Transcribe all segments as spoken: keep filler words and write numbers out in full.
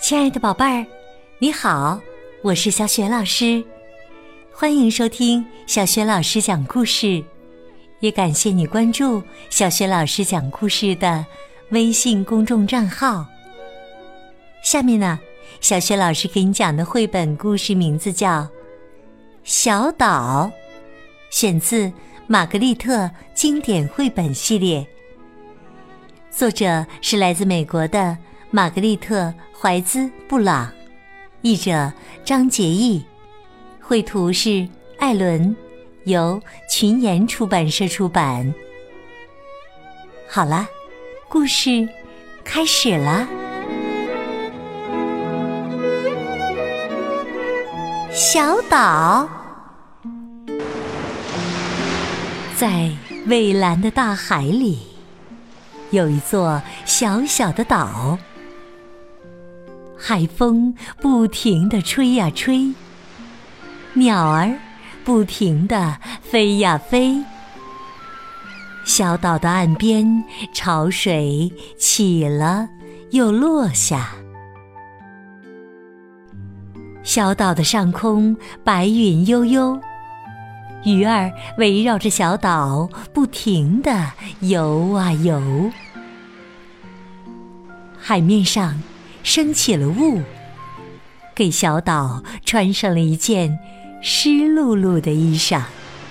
亲爱的宝贝儿，你好，我是小雪老师，欢迎收听小雪老师讲故事，也感谢你关注小雪老师讲故事的微信公众账号。下面呢，小雪老师给你讲的绘本故事名字叫《小岛》，选自玛格丽特经典绘本系列，作者是来自美国的玛格丽特·怀兹·布朗，译者张杰义，绘图是艾伦，由群言出版社出版。好了，故事开始了。小岛，在蔚蓝的大海里，有一座小小的岛。海风不停地吹呀吹，鸟儿不停地飞呀飞。小岛的岸边，潮水起了又落下。小岛的上空，白云悠悠，鱼儿围绕着小岛不停地游啊游。海面上升起了雾，给小岛穿上了一件湿漉漉的衣裳。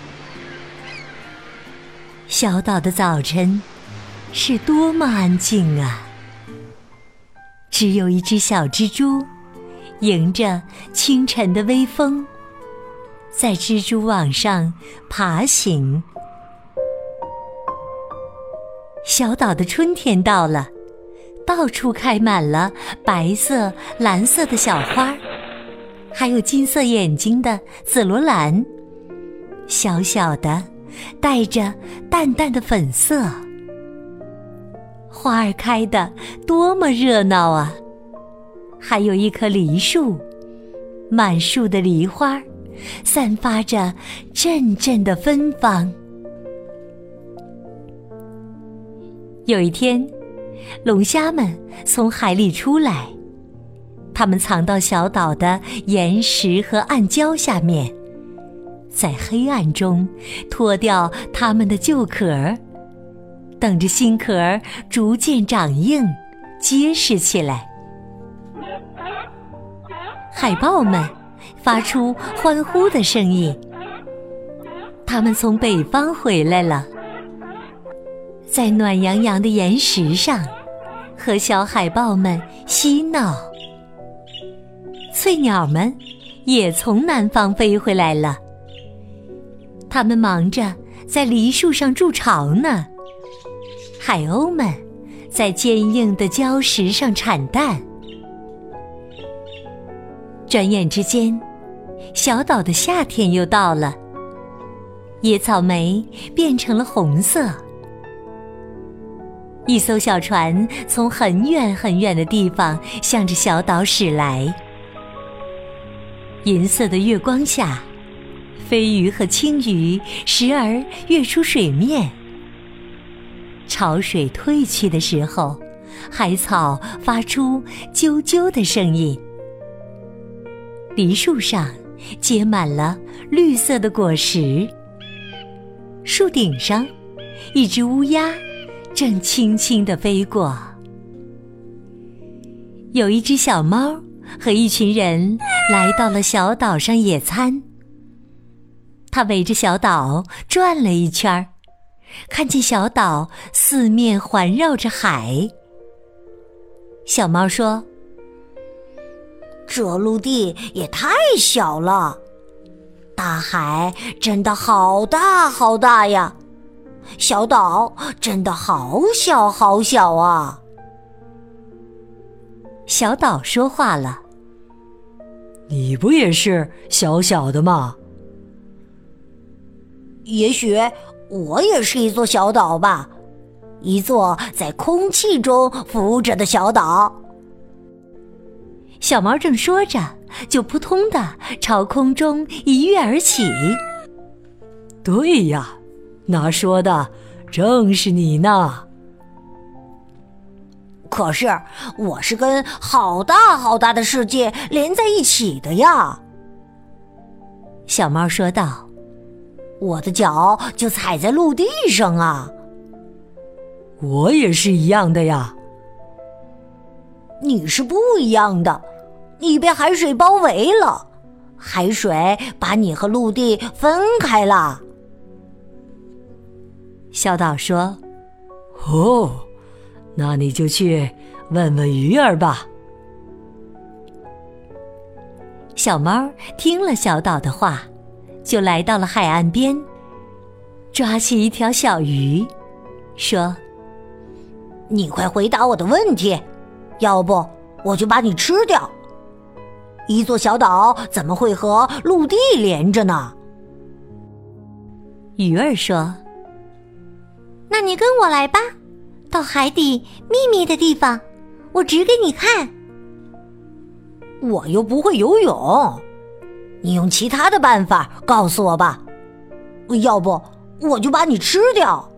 小岛的早晨是多么安静啊！只有一只小蜘蛛迎着清晨的微风，在蜘蛛网上爬行。小岛的春天到了，到处开满了白色、蓝色的小花，还有金色眼睛的紫罗兰，小小的，带着淡淡的粉色。花儿开得多么热闹啊！还有一棵梨树，满树的梨花散发着阵阵的芬芳。有一天，龙虾们从海里出来，它们藏到小岛的岩石和暗礁下面，在黑暗中脱掉它们的旧壳，等着新壳逐渐长硬结实起来。海豹们发出欢呼的声音，它们从北方回来了，在暖洋洋的岩石上和小海豹们嬉闹。翠鸟们也从南方飞回来了，它们忙着在梨树上筑巢呢。海鸥们在坚硬的礁石上产蛋。转眼之间，小岛的夏天又到了，野草莓变成了红色。一艘小船从很远很远的地方向着小岛驶来。银色的月光下，飞鱼和青鱼时而跃出水面。潮水退去的时候，海草发出啾啾的声音。梨树上结满了绿色的果实。树顶上，一只乌鸦正轻轻地飞过。有一只小猫和一群人来到了小岛上野餐。它围着小岛转了一圈，看见小岛四面环绕着海。小猫说：“ 这陆地也太小了，大海真的好大好大呀，小岛真的好小好小啊。” 小岛说话了：“ 你不也是小小的吗？” 也许我也是一座小岛吧，一座在空气中浮着的小岛。 小猫正说着，就扑通地朝空中一跃而起。 对呀，那说的正是你呢。 可是我是跟好大好大的世界连在一起的呀。 小猫说道， 我的脚就踩在陆地上啊。 我也是一样的呀。 你是不一样的，你被海水包围了，海水把你和陆地分开了。 小岛说， 哦，那你就去问问鱼儿吧。 小猫听了小岛的话，就来到了海岸边，抓起一条小鱼，说， 你快回答我的问题，要不我就把你吃掉。一座小岛怎么会和陆地连着呢？ 鱼儿说， 那你跟我来吧，到海底秘密的地方，我指给你看。 我又不会游泳，你用其他的办法告诉我吧，要不我就把你吃掉。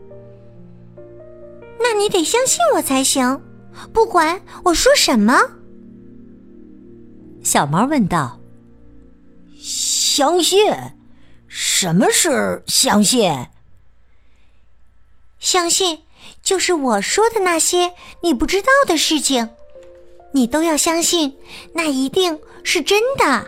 那你得相信我才行，不管我说什么。 小猫问道。 相信？什么是相信？ 相信就是我说的那些你不知道的事情，你都要相信，那一定是真的。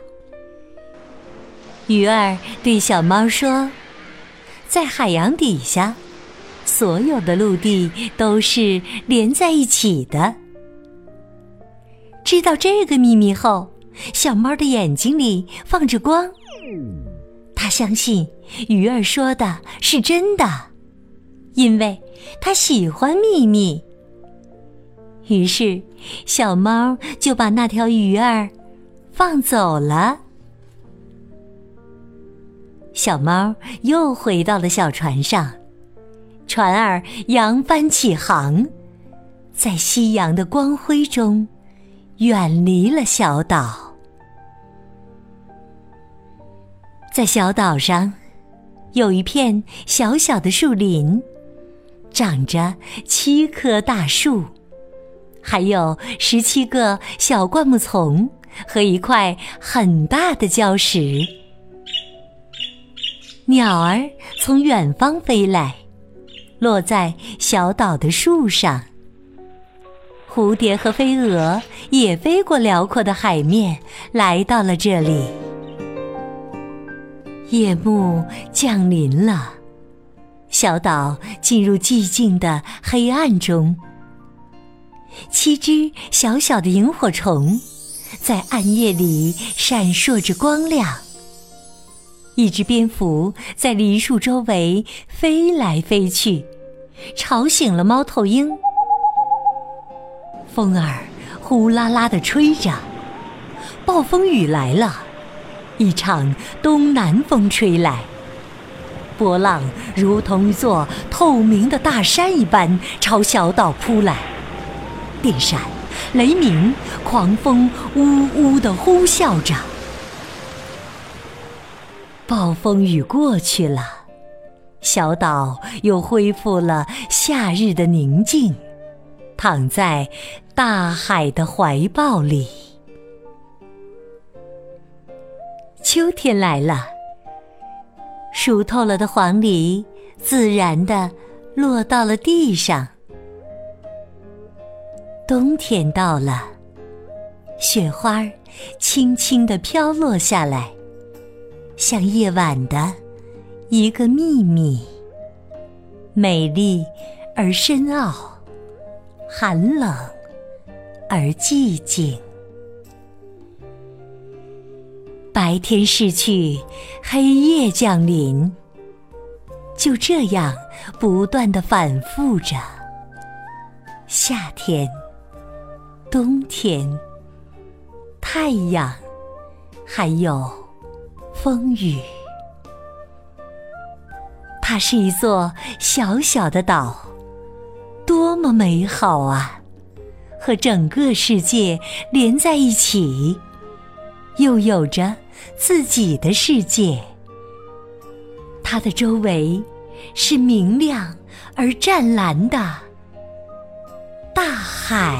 鱼儿对小猫说，在海洋底下，所有的陆地都是连在一起的。知道这个秘密后，小猫的眼睛里放着光，它相信鱼儿说的是真的，因为它喜欢秘密。于是小猫就把那条鱼儿放走了。小猫又回到了小船上，船儿扬帆起航，在夕阳的光辉中远离了小岛。在小岛上有一片小小的树林，长着七棵大树，还有十七个小灌木丛和一块很大的礁石。鸟儿从远方飞来，落在小岛的树上。蝴蝶和飞蛾也飞过辽阔的海面，来到了这里。夜幕降临了，小岛进入寂静的黑暗中。七只小小的萤火虫在暗夜里闪烁着光亮。一只蝙蝠在梨树周围飞来飞去，吵醒了猫头鹰。风儿呼啦啦地吹着，暴风雨来了，一场东南风吹来，波浪如同一座透明的大山一般朝小岛扑来，电闪、雷鸣、狂风呜呜地呼啸着。暴风雨过去了，小岛又恢复了夏日的宁静，躺在大海的怀抱里。秋天来了，熟透了的黄梨自然地落到了地上。冬天到了，雪花轻轻地飘落下来，像夜晚的一个秘密，美丽而深奥，寒冷而寂静。白天逝去，黑夜降临，就这样不断地反复着。夏天、冬天、太阳，还有风雨。它是一座小小的岛，多么美好啊！和整个世界连在一起，又有着自己的世界。它的周围是明亮而湛蓝的， 大海。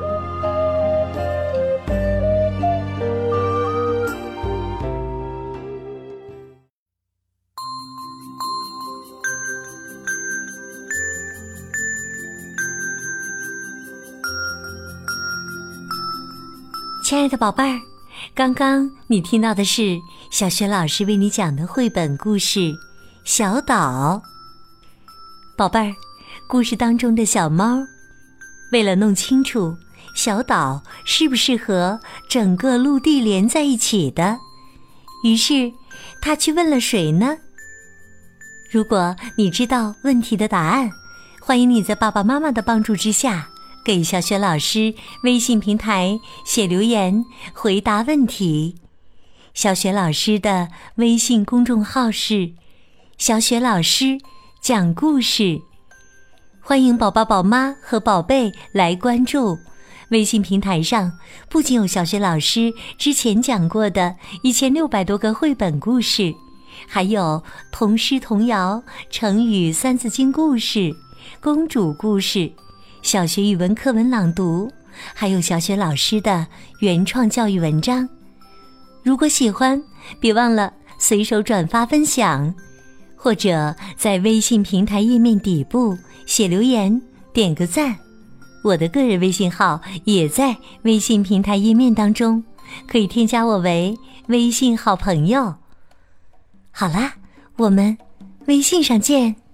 亲爱的宝贝儿，刚刚你听到的是小雪老师为你讲的绘本故事《小岛》。宝贝儿，故事当中的小猫，为了弄清楚小岛是不是和整个陆地连在一起的，于是他去问了谁呢？如果你知道问题的答案，欢迎你在爸爸妈妈的帮助之下，给小雪老师微信平台写留言回答问题。小雪老师的微信公众号是小雪老师讲故事，欢迎宝宝宝妈和宝贝来关注。微信平台上不仅有小雪老师之前讲过的一千六百多个绘本故事，还有童诗童谣、成语三字经故事、公主故事、小学语文课文朗读，还有小雪老师的原创教育文章。如果喜欢，别忘了随手转发分享，或者在微信平台页面底部写留言点个赞。我的个人微信号也在微信平台页面当中，可以添加我为微信好朋友。好啦，我们微信上见。